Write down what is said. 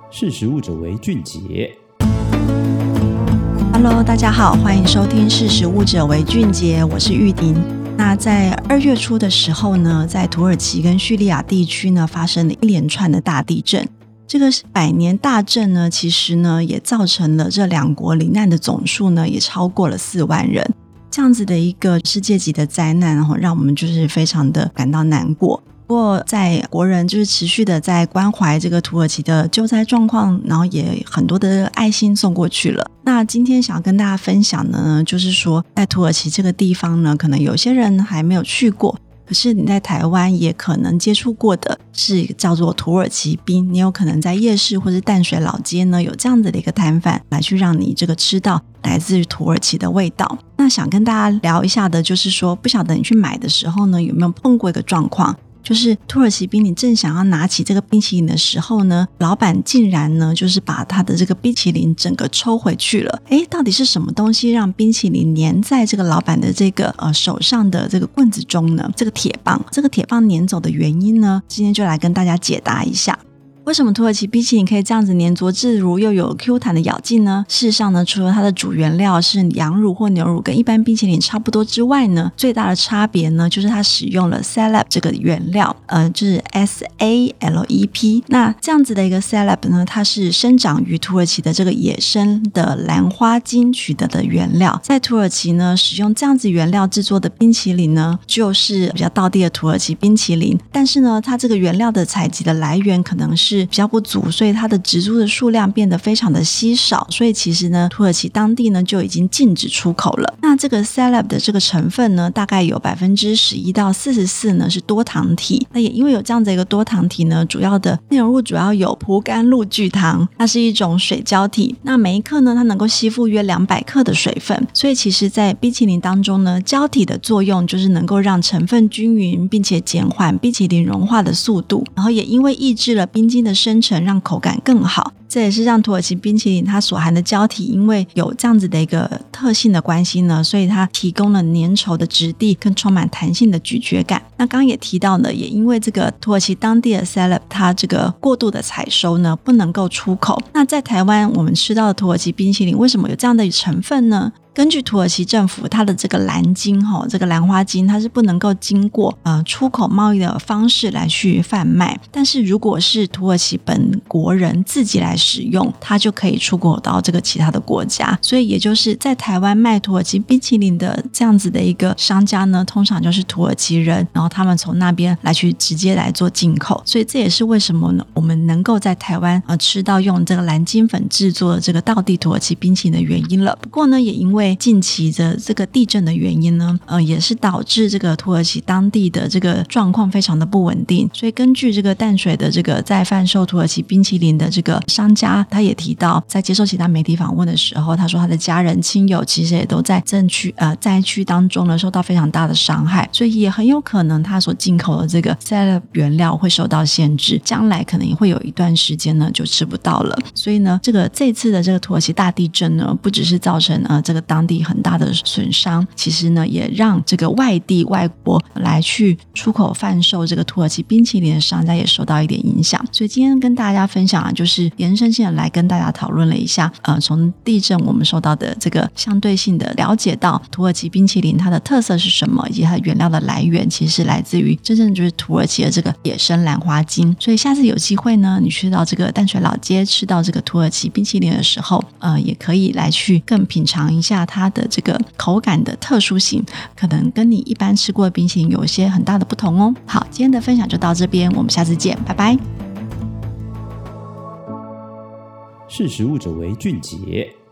识时务者为俊杰。 Hello， 大家好，欢迎收听识时务者为俊杰，我是玉婷。那在2月初的时候呢，在土耳其跟叙利亚地区呢发生了一连串的大地震。这个100年大震呢，其实呢也造成了这两国罹难的总数呢也超过了4万人。这样子的一个世界级的灾难，让我们就是非常的感到难过。不过在国人就是持续的在关怀这个土耳其的救灾状况，然后也很多的爱心送过去了。那今天想要跟大家分享的呢，就是说在土耳其这个地方呢，可能有些人还没有去过，可是你在台湾也可能接触过的是叫做土耳其冰，你有可能在夜市或是淡水老街呢有这样子的一个摊贩来去让你这个吃到来自土耳其的味道。那想跟大家聊一下的就是说，不晓得你去买的时候呢有没有碰过一个状况，就是土耳其冰你正想要拿起这个冰淇淋的时候呢，老板竟然呢就是把他的这个冰淇淋整个抽回去了。到底是什么东西让冰淇淋粘在这个老板的这个手上的这个棍子中呢？这个铁棒粘走的原因呢，今天就来跟大家解答一下。为什么土耳其冰淇淋可以这样子粘着自如又有 Q 弹的咬劲呢？事实上呢，除了它的主原料是羊乳或牛乳跟一般冰淇淋差不多之外呢，最大的差别呢就是它使用了 Salep 这个原料，就是 SALEP。 那这样子的一个 Salep 呢，它是生长于土耳其的这个野生的兰花精取得的原料。在土耳其呢，使用这样子原料制作的冰淇淋呢，就是比较道地的土耳其冰淇淋，但是呢，它这个原料的采集的来源可能是比较不足，所以它的植株的数量变得非常的稀少，所以其实呢，土耳其当地呢就已经禁止出口了。那这个 Salep 的这个成分呢，大概有 11%到44% 呢是多糖体。那也因为有这样的一个多糖体呢，主要的内容物主要有葡甘露聚糖，它是一种水胶体。那每一克呢，它能够吸附约200克的水分，所以其实在冰淇淋当中呢，胶体的作用就是能够让成分均匀，并且减缓冰淇淋融化的速度，然后也因为抑制了冰晶的生成，让口感更好。这也是让土耳其冰淇淋它所含的胶体因为有这样子的一个特性的关系呢，所以它提供了粘稠的质地跟充满弹性的咀嚼感。那刚刚也提到呢，也因为这个土耳其当地的 Salep 它这个过度的采收呢，不能够出口。那在台湾我们吃到的土耳其冰淇淋为什么有这样的成分呢？根据土耳其政府，它的这个蓝精这个兰花精，它是不能够经过出口贸易的方式来去贩卖，但是如果是土耳其本国人自己来使用，它就可以出口到这个其他的国家。所以也就是在台湾卖土耳其冰淇淋的这样子的一个商家呢，通常就是土耳其人，然后他们从那边来去直接来做进口。所以这也是为什么呢，我们能够在台湾吃到用这个蓝精粉制作的这个道地土耳其冰淇淋的原因了。不过呢，也因为近期的这个地震的原因呢，也是导致这个土耳其当地的这个状况非常的不稳定。所以根据这个淡水的这个在贩售土耳其冰淇淋的这个商家，他也提到，在接受其他媒体访问的时候，他说他的家人亲友其实也都在灾区当中呢受到非常大的伤害，所以也很有可能他所进口的这个 Salep 原料会受到限制，将来可能也会有一段时间呢就吃不到了。所以呢，这次的这个土耳其大地震呢，不只是造成这个当地很大的损伤，其实呢也让这个外国来去出口贩售这个土耳其冰淇淋的商家也受到一点影响。所以今天跟大家分享就是延伸性的来跟大家讨论了一下从地震我们受到的这个相对性的了解到土耳其冰淇淋它的特色是什么，以及它的原料的来源其实是来自于真正就是土耳其的这个野生兰花精。所以下次有机会呢，你去到这个淡水老街吃到这个土耳其冰淇淋的时候也可以来去更品尝一下它的这个口感的特殊性，可能跟你一般吃过的冰淇淋有一些很大的不同哦。好，今天的分享就到这边，我们下次见，拜拜。 识时务者为俊杰。